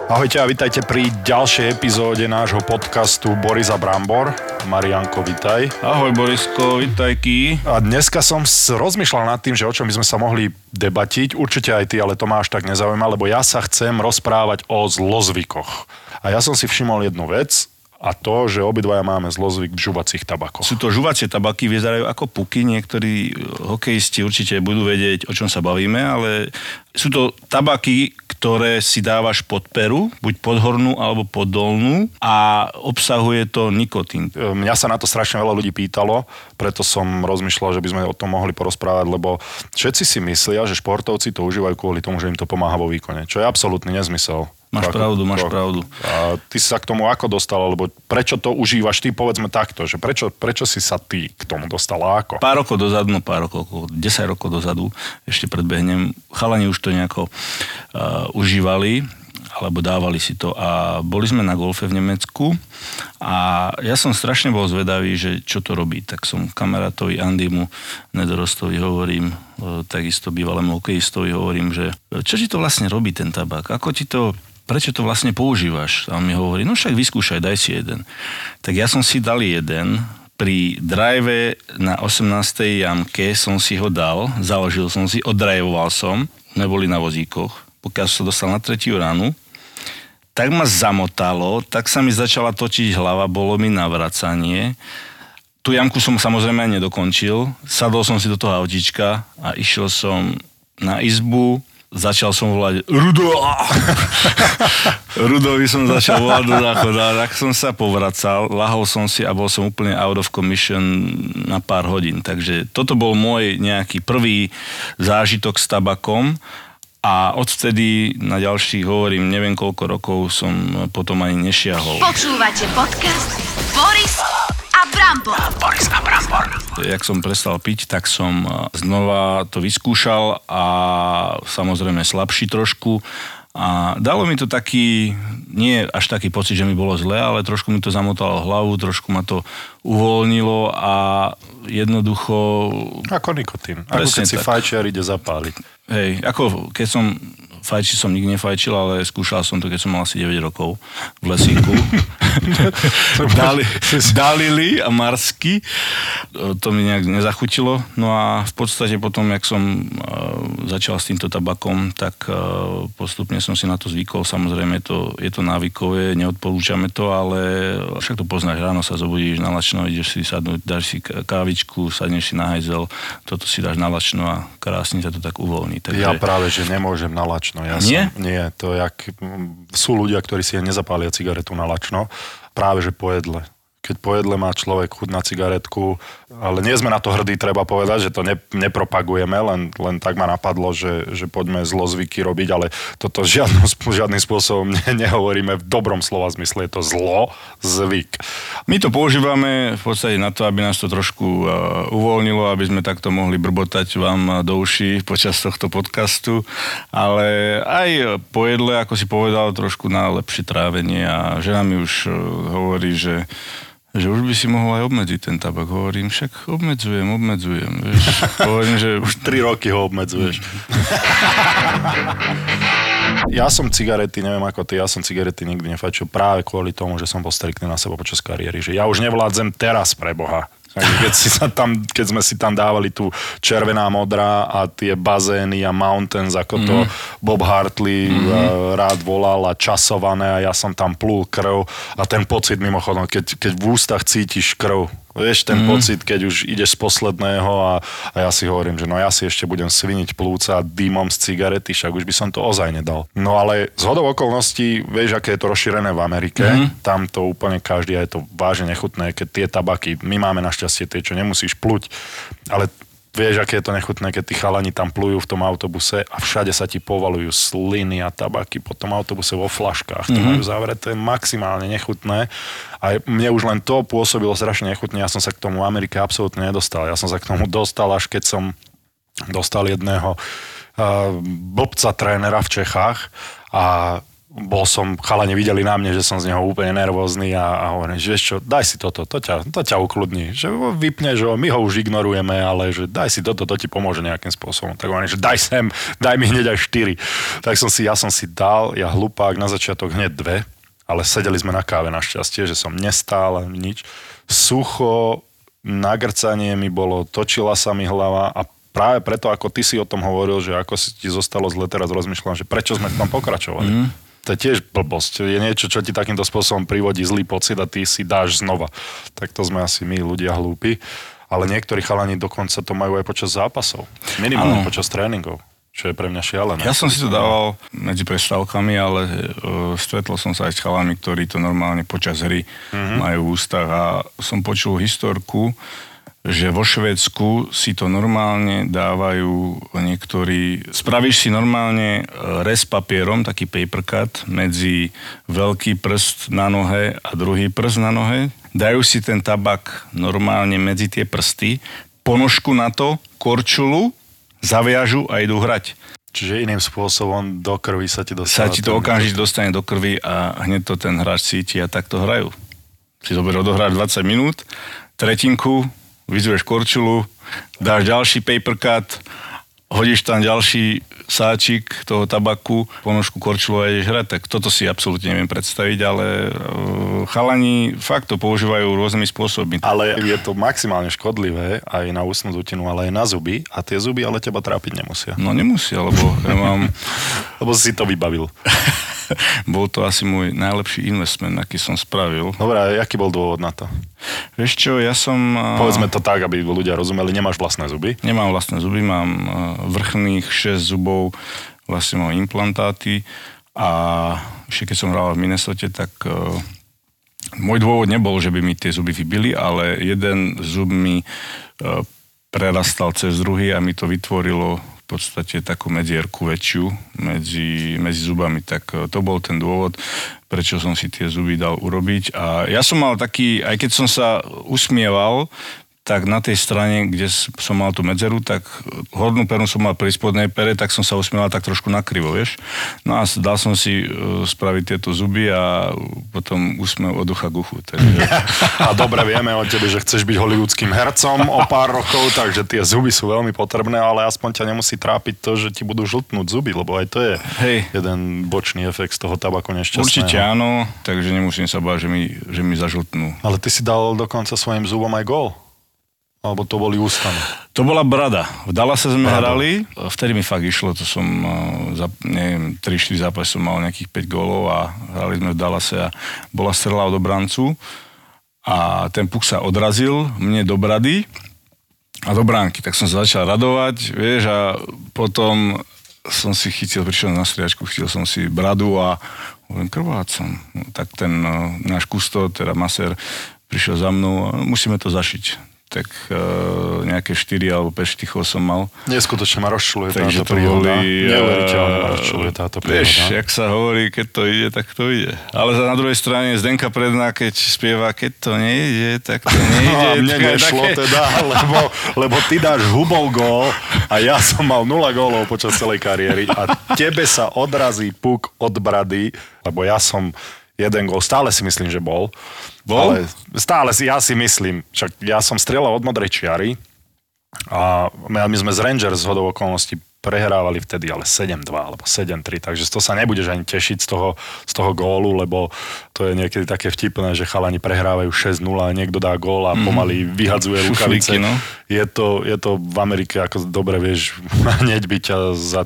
Ahojte a vitajte pri ďalšej epizóde nášho podcastu Boris a Brambor. Marianko, vitaj. Ahoj Borisko, vitajky. A dneska som rozmýšľal nad tým, že o čom by sme sa mohli debatiť. Určite aj ty, ale to ma až tak nezaujíma, lebo ja sa chcem rozprávať o zlozvykoch. A ja som si všimol jednu vec, a to, že obidvaja máme zlozvyk v žuvacích tabakoch. Sú to žuvacie tabaky, vyzerajú ako puky. Niektorí hokejisti určite budú vedieť, o čom sa bavíme, ale sú to tabaky, ktoré si dávaš pod peru, buď pod hornú alebo pod dolnú a obsahuje to nikotín. Mňa sa na to strašne veľa ľudí pýtalo, preto som rozmýšľal, že by sme o tom mohli porozprávať, lebo všetci si myslia, že športovci to užívajú kvôli tomu, že im to pomáha vo výkone, čo je absolútny nezmysel. Máš pravdu. A ty si sa k tomu ako dostal, alebo prečo to užívaš ty, povedzme takto, že prečo si sa ty k tomu dostala ako? Pár rokov dozadu, 10 rokov dozadu, ešte predbehnem, chalani už to nejako užívali, alebo dávali si to a boli sme na golfe v Nemecku a ja som strašne bol zvedavý, že čo to robí, tak som kamarátovi Andymu Nedorostovi hovorím, takisto bývalému hokejistovi hovorím, že čo ti to vlastne robí ten tabak, prečo to vlastne používaš? A on mi hovorí, no však vyskúšaj, daj si jeden. Tak ja som si dal jeden, pri drive na 18. jamke som si ho dal, založil som si, oddrajoval som, neboli na vozíkoch, pokiaľ som sa dostal na 3. ránu, tak ma zamotalo, tak sa mi začala točiť hlava, bolo mi navracanie. Tú jamku som samozrejme aj nedokončil, sadol som si do toho autička a išiel som na izbu, začal som volať Rudo! Rudovi som začal volať do záchoda, tak som sa povracal, lahol som si a bol som úplne out of commission na pár hodín. Takže toto bol môj nejaký prvý zážitok s tabakom a odvtedy na ďalších, hovorím, neviem koľko rokov som potom ani nešiahol. Počúvate podcast Boris a Brambor. Boris a Brambor. Jak som prestal piť, tak som znova to vyskúšal a samozrejme slabší trošku. A dalo mi to taký, nie až taký pocit, že mi bolo zle, ale trošku mi to zamotalo hlavu, trošku ma to uvoľnilo a jednoducho... Ako nikotín. Ako keď si fajčiar ide zapáliť. Hej, ako keď som... Fajči som nikdy nefajčil, ale skúšal som to, keď som mal asi 9 rokov v lesíku. Dalili a marsky. To mi nejak nezachutilo. No a v podstate potom, jak som začal s týmto tabakom, tak postupne som si na to zvykol. Samozrejme, je to návykové, neodporúčame to, ale však to poznáš, ráno sa zobudíš na lačno, ideš si sadnúť, dáš si kávičku, sadneš si na hajzel, toto si dáš na lačno a krásne sa to tak uvoľní. Takže... Ja práve, že nemôžem na lačno. Nie, to sú ľudia, ktorí si nezapália cigaretu na lačno, práve že po jedle. Keď po jedle má človek chuť na cigaretku, ale nie sme na to hrdí, treba povedať, že to nepropagujeme, len tak ma napadlo, že poďme zlozvyky robiť, ale toto žiadnym spôsobom nehovoríme v dobrom slova zmysle, je to zlozvyk. My to používame v podstate na to, aby nás to trošku uvoľnilo, aby sme takto mohli brbotať vám do uší počas tohto podcastu, ale aj po jedle, ako si povedal, trošku na lepšie trávenie a žena mi už hovorí, že už by si mohol aj obmedziť ten tabak. Hovorím, však obmedzujem, vieš. Hovorím, že už 3 roky ho obmedzuješ. Ja som cigarety, neviem ako ty, cigarety nikdy nefajčil práve kvôli tomu, že som bol striktný na seba počas kariéry. Že ja už nevládzem teraz pre Boha. Keď sme si tam dávali tú červená, modrá a tie bazény a mountains, ako to Bob Hartley rád volal a časované a ja som tam plul krv a ten pocit mimochodom, keď v ústach cítiš krv, vieš, ten pocit, keď už ideš z posledného a ja si hovorím, že no ja si ešte budem sviniť plúca dymom z cigarety, však už by som to ozaj nedal. No ale zhodou okolností, vieš, aké je to rozšírené v Amerike, tam to úplne každý, a je to vážne nechutné, keď tie tabaky, my máme našťastie tie, čo nemusíš pluť, ale vieš, aké je to nechutné, keď tí chalani tam plujú v tom autobuse a všade sa ti povalujú sliny a tabaky po tom autobuse vo flaškách. To majú zavreté, maximálne nechutné. A mne už len to pôsobilo strašne nechutne. Ja som sa k tomu v Amerike absolútne nedostal. Ja som sa k tomu dostal, až keď som dostal jedného blbca trénera v Čechách a chalani videli na mne, že som z neho úplne nervózny a hovorím, že vieš čo, daj si toto, to ťa ukludní, že vypne, že my ho už ignorujeme, ale že daj si toto, to ti pomôže nejakým spôsobom. Tak hovorím, že daj mi hneď aj 4. Tak ja som si dal, ja hlupák, na začiatok hneď 2, ale sedeli sme na káve našťastie, že som nestál nič. Sucho, nagrcanie mi bolo, točila sa mi hlava a práve preto, ako ty si o tom hovoril, že ako si ti zostalo zle, teraz rozmýšľam, že prečo sme tam pokračovali. To je tiež blbosť. Je niečo, čo ti takýmto spôsobom privodí zlý pocit a ty si dáš znova. Tak to sme asi my, ľudia hlúpi. Ale niektorí chalani dokonca to majú aj počas zápasov. Minimálne počas tréningov. Čo je pre mňa šialené. Ja som si to dával medzi prestávkami, ale stretol som sa aj s chalami, ktorí to normálne počas hry majú v ústach a som počul historku, že vo Švédsku si to normálne dávajú niektorí... Spravíš si normálne rez papierom, taký paper cut, medzi veľký prst na nohe a druhý prst na nohe. Dajú si ten tabak normálne medzi tie prsty, ponožku na to, korčulu, zaviažu a idú hrať. Čiže iným spôsobom do krvi sa ti dostane. Sa ti to okamžite dostane do krvi a hneď to ten hráč cíti a tak to hrajú. Si zober odohrať 20 minút, tretinku, vyzuješ korčulu, dáš ďalší paper cut, hodíš tam ďalší sáčik toho tabaku, ponožku korčulu a ideš hrať. Tak toto si absolútne neviem predstaviť, ale chalani fakt to používajú rôznymi spôsobmi. Ale je to maximálne škodlivé aj na ústnu dutinu, ale aj na zuby a tie zuby ale teba trápiť nemusia. No nemusia, lebo ja mám... Lebo si to vybavil. Bol to asi môj najlepší investment, aký som spravil. Dobre, a aký bol dôvod na to? Vieš čo, ja som... Povedzme to tak, aby ľudia rozumeli, nemáš vlastné zuby? Nemám vlastné zuby, mám vrchných 6 zubov, vlastne mám implantáty a ešte keď som hral v Minnesote, tak môj dôvod nebol, že by mi tie zuby vybili, ale jeden zub mi prerastal cez druhý a mi to vytvorilo v podstate takú medzierku väčšiu medzi zubami, tak to bol ten dôvod, prečo som si tie zuby dal urobiť. A ja som mal taký, aj keď som sa usmieval, tak na tej strane, kde som mal tú medzeru, tak hornú peru som mal pri spodnej pere, tak som sa usmieval tak trošku nakrivo, vieš. No a dal som si spraviť tieto zuby a potom úsmev od ucha k uchu. Takže... A dobre vieme o tebe, že chceš byť hollywoodským hercom o pár rokov, takže tie zuby sú veľmi potrebné, ale aspoň ťa nemusí trápiť to, že ti budú žltnúť zuby, lebo aj to je jeden bočný efekt z toho tabaku nešťastného. Určite áno, takže nemusím sa báť, že mi zažltnú. Ale ty si dal dokonca svojim zubom aj gól. Alebo to boli ústami? To bola brada. V Dallase sme hrali, vtedy mi fakt išlo, to som, neviem, 3-4 zápasy som mal nejakých 5 gólov a hrali sme v Dallase a bola strela od obrancu a ten puk sa odrazil mne do brady a do bránky. Tak som sa začal radovať, vieš, a potom som si prišiel na striačku, chytil som si bradu a hovorím, krvácam. No, tak ten náš kusto, teda masér, prišiel za mnou a musíme to zašiť. Tak nejaké 4 alebo 5 štychov som mal. Neskutočne ma rozčuluje táto príhoda. Neuveriteľne ma rozčuluje táto príhoda. Vieš, jak sa hovorí, keď to ide, tak to ide. Ale na druhej strane Zdenka Predná, keď spieva, keď to nejde, tak to nejde. No a mne nešlo teda, lebo ty dáš hubou gól a ja som mal 0 gólov počas celej kariéry a tebe sa odrazí puk od brady, lebo ja som jeden gól, stále si myslím, že bol. Ale stále ja si myslím, však ja som strieľal od modrej čiary a my sme z Rangers z hodou okolností prehrávali vtedy ale 7-2 alebo 7-3, takže to sa nebudeš ani tešiť z toho gólu, lebo to je niekedy také vtipné, že chalani prehrávajú 6-0 a niekto dá gól a pomaly vyhadzuje rukavice. No? Je to v Amerike, ako dobre vieš, hneď by ťa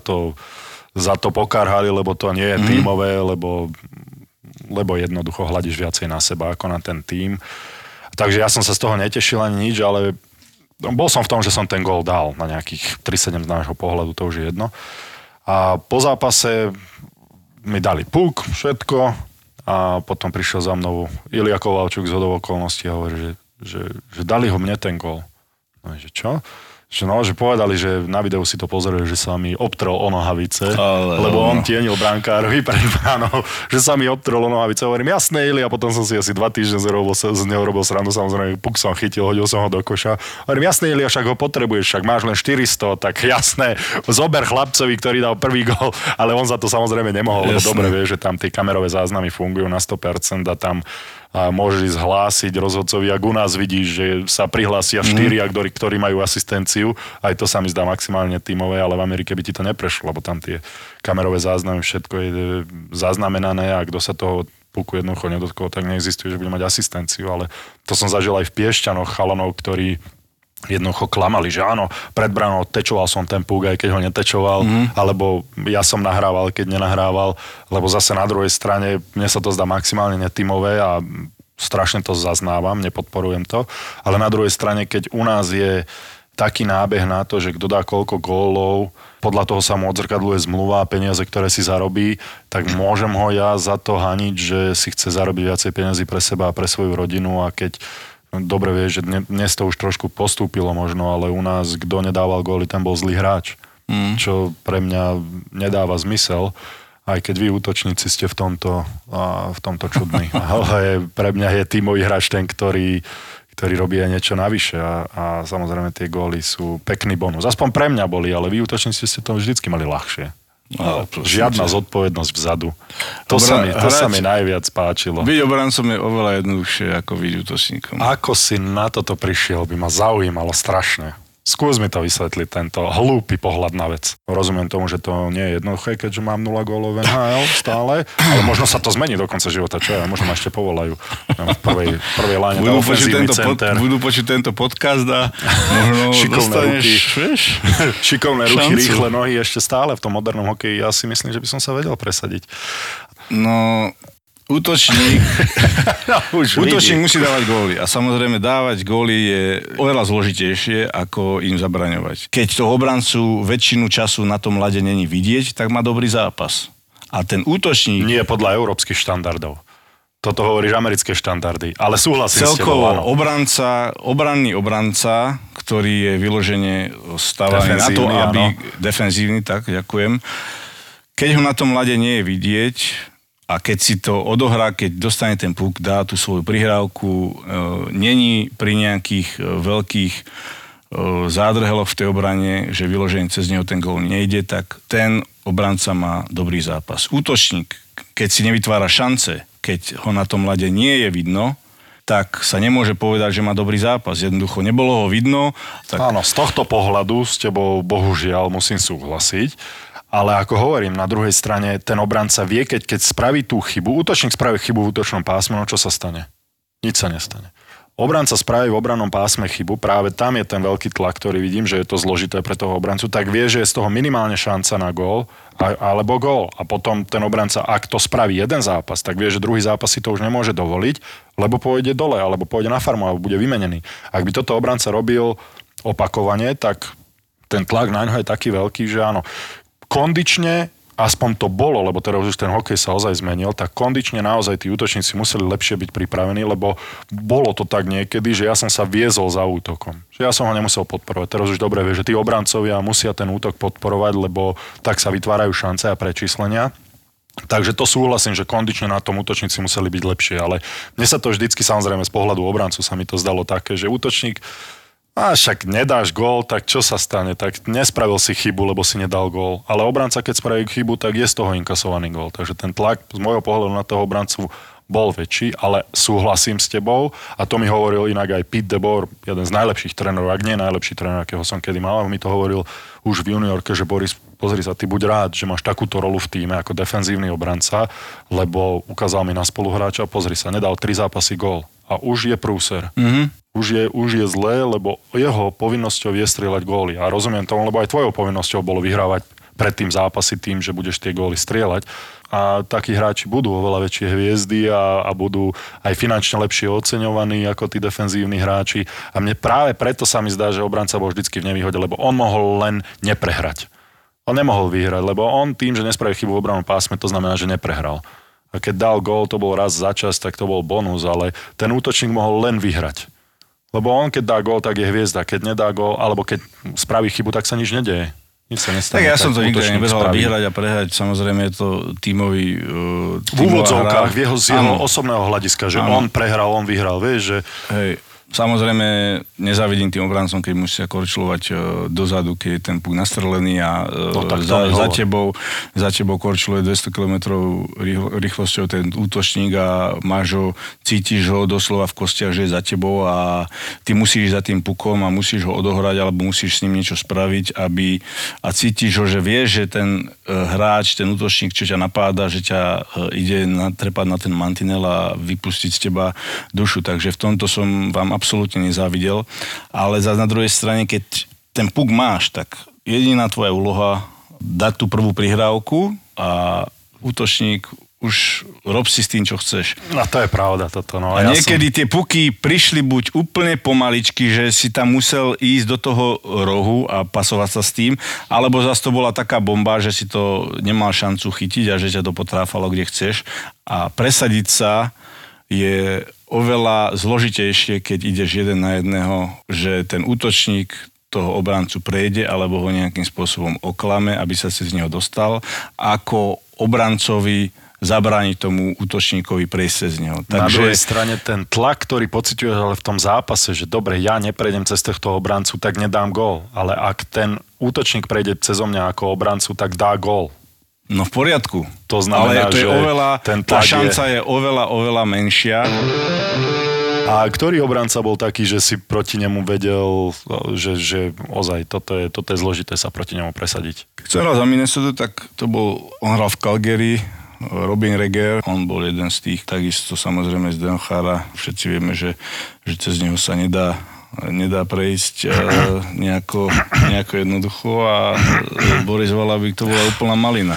za to pokárhali, lebo to nie je tímové, lebo jednoducho hľadíš viacej na seba ako na ten tím. Takže ja som sa z toho netešil ani nič, ale bol som v tom, že som ten gól dal na nejakých 3-7 z nášho pohľadu, to už je jedno. A po zápase mi dali puk, všetko a potom prišiel za mnou Ilja Kovalčuk z hodou okolností a hovorí, že dali ho mne ten gól. No, že čo? Že povedali, že na videu si to pozreli, že sa mi obtrel o nohavice, lebo on tienil brankárovi pred bránou, že sa mi obtrel o nohavice. Hovorím, jasné, Ili, a potom som si asi 2 týždne z neho robil srandu, samozrejme, puk som chytil, hodil som ho do koša. Hovorím, jasné, Ili, však ho potrebuješ, však máš len 400, tak jasné, zober chlapcovi, ktorý dal prvý gól, ale on za to samozrejme nemohol, lebo dobre vie, že tam tie kamerové záznamy fungujú na 100% a tam a môžeš hlásiť rozhodcovi, ak u nás vidíš, že sa prihlásia 4, ktorí majú asistenciu, aj to sa mi zdá maximálne tímové, ale v Amerike by ti to neprešlo, lebo tam tie kamerové záznamy, všetko je zaznamenané a kto sa toho puku jednoducho nedotkol, tak neexistuje, že bude mať asistenciu, ale to som zažil aj v Piešťanoch chalanov, ktorí jednoducho klamali, že áno, pred branou tečoval som ten puk, aj keď ho netečoval, alebo ja som nahrával, keď nenahrával, lebo zase na druhej strane mne sa to zdá maximálne netímové a strašne to zaznávam, nepodporujem to, ale na druhej strane, keď u nás je taký nábeh na to, že kto dá koľko gólov, podľa toho sa mu odzrkadluje zmluva a peniaze, ktoré si zarobí, tak môžem ho ja za to haniť, že si chce zarobiť viacej peniazy pre seba a pre svoju rodinu a keď dobre vieš, že dnes to už trošku postúpilo možno, ale u nás, kto nedával góly, ten bol zlý hráč. Čo pre mňa nedáva zmysel, aj keď vy útočníci ste v tomto čudní. Ale pre mňa je tímový hráč ten, ktorý robí aj niečo navyše a samozrejme tie góly sú pekný bonus. Aspoň pre mňa boli, ale vy útočníci ste to vždycky mali ľahšie. No, žiadna zodpovednosť vzadu. To sa mi najviac páčilo. Byť obrancom je oveľa jednoduchšie ako byť útočníkom. Ako si na toto prišiel, by ma zaujímalo strašne. Skús mi to vysvetliť, tento hlúpy pohľad na vec. Rozumiem tomu, že to nie je jednoduché, keďže mám 0 gólov v NHL stále, ale možno sa to zmení do konca života, čo ja, možno ma ešte povolajú v prvej láne na ofenzívny center. Budú počuť tento podcast a možno dostaneš, šikovné ruky, rýchle nohy ešte stále v tom modernom hokeji. Ja si myslím, že by som sa vedel presadiť. No... Útočník musí dávať góly a samozrejme dávať góly je oveľa zložitejšie, ako im zabraňovať. Keď toho obrancu väčšinu času na tom ľade není vidieť, tak má dobrý zápas. A ten útočník... Nie podľa európskych štandardov. Toto hovoríš americké štandardy, ale súhlasím s tebou. Celkovo obranný obranca, ktorý je vyložene stávaný na to, aby... Defenzívny, tak, ďakujem. Keď ho na tom ľade nie je vidieť... A keď si to odohrá, keď dostane ten puk, dá tú svoju prihrávku, není pri nejakých veľkých zádrheloch v tej obrane, že vyloženie cez neho ten gól nejde, tak ten obranca má dobrý zápas. Útočník, keď si nevytvára šance, keď ho na tom ľade nie je vidno, tak sa nemôže povedať, že má dobrý zápas. Jednoducho nebolo ho vidno. Tak... Áno, z tohto pohľadu s tebou bohužiaľ musím súhlasiť. Ale ako hovorím, na druhej strane ten obranca vie, keď spraví tú chybu, útočník spraví chybu v útočnom pásme, no čo sa stane? Nič sa nestane. Obranca spraví v obrannom pásme chybu, práve tam je ten veľký tlak, ktorý vidím, že je to zložité pre toho obrancu, tak vie, že je z toho minimálne šanca na gól alebo gól. A potom ten obranca, ak to spraví jeden zápas, tak vie, že druhý zápas si to už nemôže dovoliť, lebo pôjde dole, alebo pôjde na farmu, alebo bude vymenený. Ak by toto obranca robil opakovane, tak ten tlak na ňo je taký veľký, že áno, kondične, aspoň to bolo, lebo teraz už ten hokej sa ozaj zmenil, tak kondične naozaj tí útočníci museli lepšie byť pripravení, lebo bolo to tak niekedy, že ja som sa viezol za útokom. Že ja som ho nemusel podporovať. Teraz už dobre vie, že tí obrancovia musia ten útok podporovať, lebo tak sa vytvárajú šance a prečíslenia. Takže to súhlasím, že kondične na tom útočníci museli byť lepšie, ale mne sa to vždycky, samozrejme z pohľadu obrancu sa mi to zdalo také, že útočník však nedáš gól, tak čo sa stane? Tak nespravil si chybu, lebo si nedal gól. Ale obranca, keď spraví chybu, tak je z toho inkasovaný gól. Takže ten tlak z môjho pohľadu na toho obrancu bol väčší, ale súhlasím s tebou a to mi hovoril inak aj Pete DeBoer, jeden z najlepších trénerov, ak nie najlepší tréner, akého som kedy mal. Mi to hovoril už v juniorke, že Boris, pozri sa, ty buď rád, že máš takúto rolu v tíme ako defenzívny obranca, lebo ukázal mi na spoluhráča, pozri sa, nedal 3 zápasy gól a už je prúser. Už je zlé, lebo jeho povinnosťou je strieľať góly. A rozumiem tomu, lebo aj tvojou povinnosťou bolo vyhrávať predtým zápasy tým, že budeš tie góly strieľať. A takí hráči budú oveľa väčšie hviezdy a budú aj finančne lepšie oceňovaní ako tí defenzívni hráči. A mne práve preto sa mi zdá, že obranca bol vždycky v nevýhode, lebo on mohol len neprehrať. On nemohol vyhrať, lebo on tým, že nespravil chybu v obrannom pásme, to znamená, že neprehral. A keď dal gól, to bol raz za čas, tak to bol bonus, ale ten útočník mohol len vyhrať. Lebo on, keď dá gól, tak je hviezda. Keď nedá gól, alebo keď spraví chybu, tak sa nič nedeje. Nič sa nestane. Tak ja som to nikdy nevedel vyhrať a prehrať. Samozrejme je to tímový v úvodzovkách, z jeho osobného hľadiska, že on prehral, on vyhral. Vieš, že... Hej. Samozrejme, nezávidím tým obrancom, keď musia korčulovať dozadu, keď je ten puk nastrelený a za tebou korčuluje 200 km rýchlosťou ten útočník a cítiš ho doslova v kostiach, že je za tebou a ty musíš za tým pukom a musíš ho odohrať alebo musíš s ním niečo spraviť, a cítiš ho, že vieš, že ten hráč, ten útočník, čo ťa napáda, že ťa ide natrepať na ten mantinel a vypustiť z teba dušu. Takže v tomto som vám absolútne nezávidel, ale zase na druhej strane, keď ten puk máš, tak jediná tvoja úloha dať tú prvú prihrávku a útočník už rob si s tým, čo chceš. No to je pravda toto. No. A niekedy tie puky prišli buď úplne pomaličky, že si tam musel ísť do toho rohu a pasovať sa s tým, alebo zase to bola taká bomba, že si to nemal šancu chytiť a že ťa to potráfalo, kde chceš. A presadiť sa je oveľa zložitejšie, keď ideš jeden na jedného, že ten útočník toho obrancu prejde alebo ho nejakým spôsobom oklame, aby sa si z neho dostal, ako obrancovi zabrániť tomu útočníkovi prejsť cez neho. Na druhej strane ten tlak, ktorý pociťuješ ale v tom zápase, že dobre, ja neprejdem cez toho obrancu, tak nedám gól. Ale ak ten útočník prejde cezo mňa ako obrancu, tak dá gól. No v poriadku. To znamená, ale to je že tá šanca je oveľa menšia. A ktorý obranca bol taký, že si proti nemu vedel, že ozaj, toto je zložité sa proti nemu presadiť? Keď som hral za Minnesota, tak on hral v Calgary, Robin Reger, on bol jeden z tých, takisto samozrejme z Denchara. Všetci vieme, že cez neho sa nedá prejsť nejako jednoducho a Boris Valabik to bola úplná malina.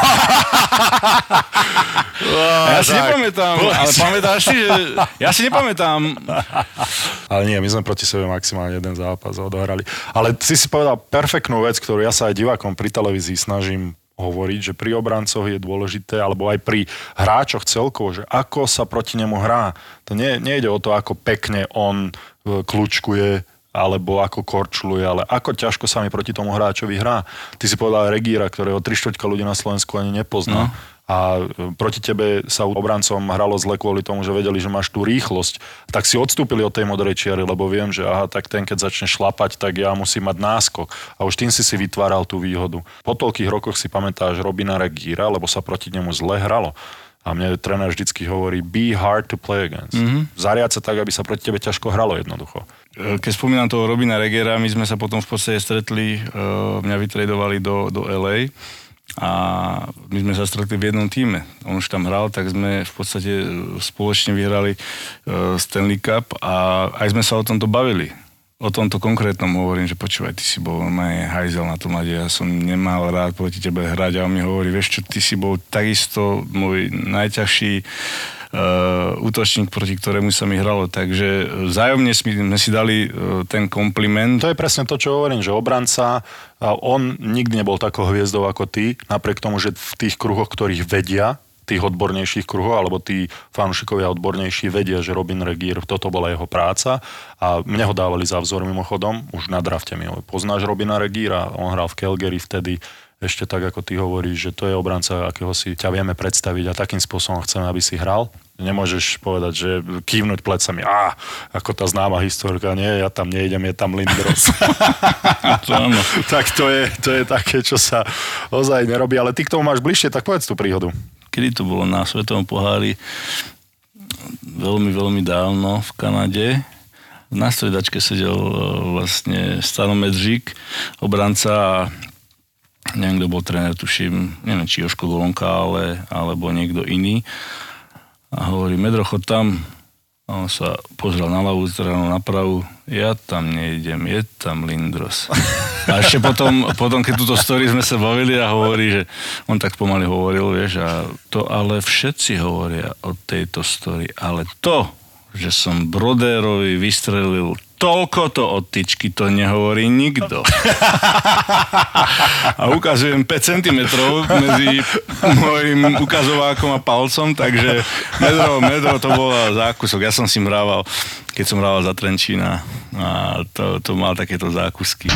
Ja si nepamätám, ale pamätáš si, že... Ja si nepamätám. Ale nie, my sme proti sebe maximálne jeden zápas odohrali. Ale si povedal perfektnú vec, ktorú ja sa aj divákom pri televízii snažím hovoriť, že pri obrancoch je dôležité, alebo aj pri hráčoch celkovo, že ako sa proti nemu hrá. To nejde o to, ako pekne on kľúčkuje, alebo ako korčuluje, ale ako ťažko sa mi proti tomu hráčovi hrá. Ty si povedal Regíra, ktorého 3/4 ľudí na Slovensku ani nepozná. No. A proti tebe sa obrancom hralo zle kvôli tomu, že vedeli, že máš tú rýchlosť. Tak si odstúpili od tej modrej čiary, lebo viem, že tak ten, keď začne šlapať, tak ja musím mať náskok. A už tým si vytváral tú výhodu. Po toľkých rokoch si pamätáš Robina Regíra, lebo sa proti nemu zle hralo. A mne tréner vždycky hovorí, be hard to play against. Mm-hmm. Zariať sa tak, aby sa proti tebe ťažko hralo jednoducho. Keď spomínam toho Robina Regera, my sme sa potom v podstate stretli, mňa vytredovali do LA a my sme sa stretli v jednom tíme. On už tam hral, tak sme v podstate spoločne vyhrali Stanley Cup a aj sme sa o tomto bavili. O tomto konkrétnom hovorím, že počúvaj, ty si bol hajzel na tom ľade, ja som nemal rád proti tebe hrať a on mi hovorí, vieš čo, ty si bol takisto môj najťažší útočník, proti ktorému sa mi hralo, takže vzájomne sme si dali ten kompliment. To je presne to, čo hovorím, že obranca, on nikdy nebol takou hviezdou ako ty, napriek tomu, že v tých kruhoch, ktorých vedia, tých odbornejších kruhov, alebo tí fanúšikovia odbornejší vedia, že Robin Regír, toto bola jeho práca a mne ho dávali za vzor mimochodom, už na drafte mi. Poznáš Robina Regíra? On hral v Calgary vtedy, ešte tak, ako ty hovoríš, že to je obranca, akého si ťa vieme predstaviť a takým spôsobom chceme, aby si hral. Nemôžeš povedať, že kývnuť plecami, ako tá známa historka, nie, ja tam nejdem, je tam Lindros. Tak to je také, čo sa ozaj nerobí, ale ty k tomu máš bližšie, tak povedz tú príhodu. Kedy to bolo na Svetovom pohári, veľmi, veľmi dávno v Kanade. Na striedačke sedel vlastne Stano Medžík, obranca a neviem, kto bol tréner, tuším, neviem, či Jožko Golonka, alebo niekto iný. A hovorí, Medro, chod tam. A on sa pozrel na ľavú stranu, na pravú. Ja tam nejdem, je tam Lindros. A ešte potom, keď túto story sme sa bavili a hovorí, že on tak pomaly hovoril, vieš, a to ale všetci hovoria o tejto story, ale to, že som Brodérovi vystrelil toľko to od tyčky, to nehovorí nikto. A ukazujem 5 cm medzi môjim ukazovákom a palcom, takže medro to bola zákusok. Ja som si mrával, keď som mrával za Trenčína a to mal takéto zákusky.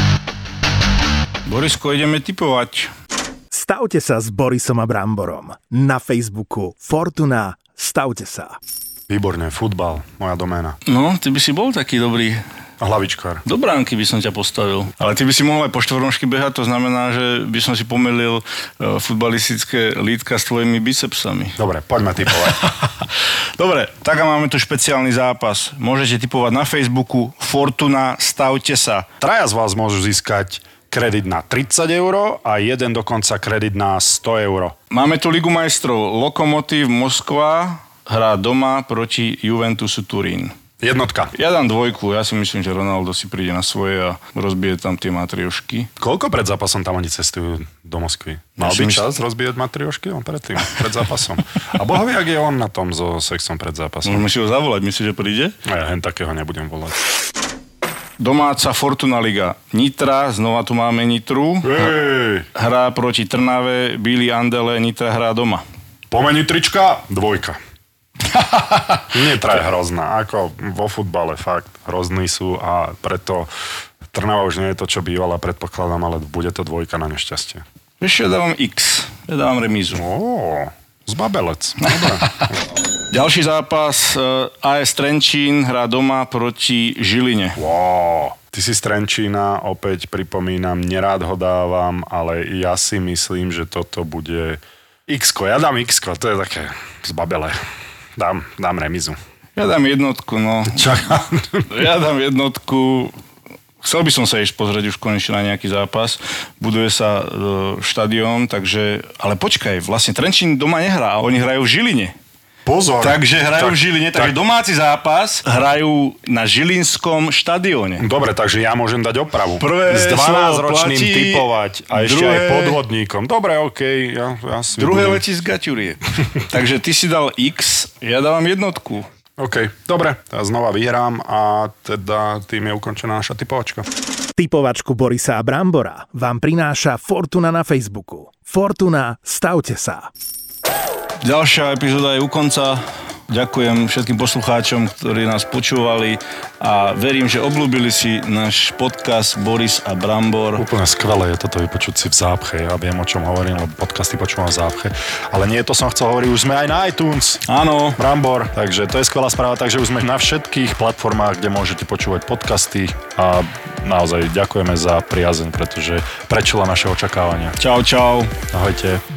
Borisko, ideme tipovať. Stavte sa s Borisom a Bramborom. Na Facebooku Fortuna Stavte sa. Výborné, futbal, moja doména. No, ty by si bol taký dobrý Hlavičkár. do bránky by som ťa postavil. Ale ty by si mohol aj po štvornožky behať, to znamená, že by som si pomýlil futbalistické lítka s tvojimi bicepsami. Dobre, poďme tipovať. Dobre, tak a máme tu špeciálny zápas. Môžete tipovať na Facebooku Fortuna Stavte sa. Traja z vás môžu získať kredit na 30 € a jeden dokonca kredit na 100 €. Máme tu Ligu majstrov. Lokomotív Moskva hrá doma proti Juventusu Turín. Jednotka. Ja dám 2, ja si myslím, že Ronaldo si príde na svoje a rozbije tam tie matriošky. Koľko pred zápasom tam oni cestujú do Moskvy? Mal by čas rozbíjať matriošky? On predtým, pred zápasom. A boha vie, ak je on na tom so sexom pred zápasom. Môžeme si ho zavolať, myslíš, že príde? Ja hen takého nebudem volať. Domáca Fortuna Liga. Nitra, znova tu máme Nitru. Hej! Hrá proti Trnave, Bíli Andele, Nitra hrá doma. Pomeni trička, 2. Nitra je hrozná, ako vo futbale, fakt. Hrozní sú a preto Trnava už nie je to, čo bývala, predpokladám, ale bude to 2 na nešťastie. Ešte ja dávam X, ja dávam remízu. Zbabelec. Dobre. Ďalší zápas, AS Trenčín hrá doma proti Žiline. Ty si z Trenčína, opäť pripomínam, nerád ho dávam, ale ja si myslím, že toto bude X-ko. Ja dám X-ko, to je také zbabele. Dám remizu. Ja dám 1, no. Čakám. Ja dám 1. Chcel by som sa ísť pozrieť už konečne na nejaký zápas. Buduje sa štadión, takže... Ale počkaj, vlastne Trenčín doma nehrá, oni hrajú v Žiline. Pozor. Takže hrajú v Žiline, takže domáci zápas hrajú na žilinskom štadióne. Dobre, takže ja môžem dať opravu. Prvé s 12-ročným platí, typovať a ešte aj podvodníkom. Dobre, okej. Ja si druhé budem... letí z Gaťurie. Takže ty si dal X, ja dávam 1. OK, dobre. Ja znova vyhrám a teda tým je ukončená naša typovačka. Typovačku Borisa a Brambora vám prináša Fortuna na Facebooku. Fortuna Stavte sa. Ďalšia epizóda je u konca. Ďakujem všetkým poslucháčom, ktorí nás počúvali a verím, že obľúbili si náš podcast Boris a Brambor. Úplne skvelé je toto vypočuť si v zápche. Ja viem, o čom hovorím, lebo podcasty počúvam v zápche. Ale nie to som chcel hovoriť, už sme aj na iTunes. Áno. Brambor, takže to je skvelá správa, takže už sme na všetkých platformách, kde môžete počúvať podcasty a naozaj ďakujeme za priazeň, pretože prečila naše očakávania. Čau, čau. Ahojte.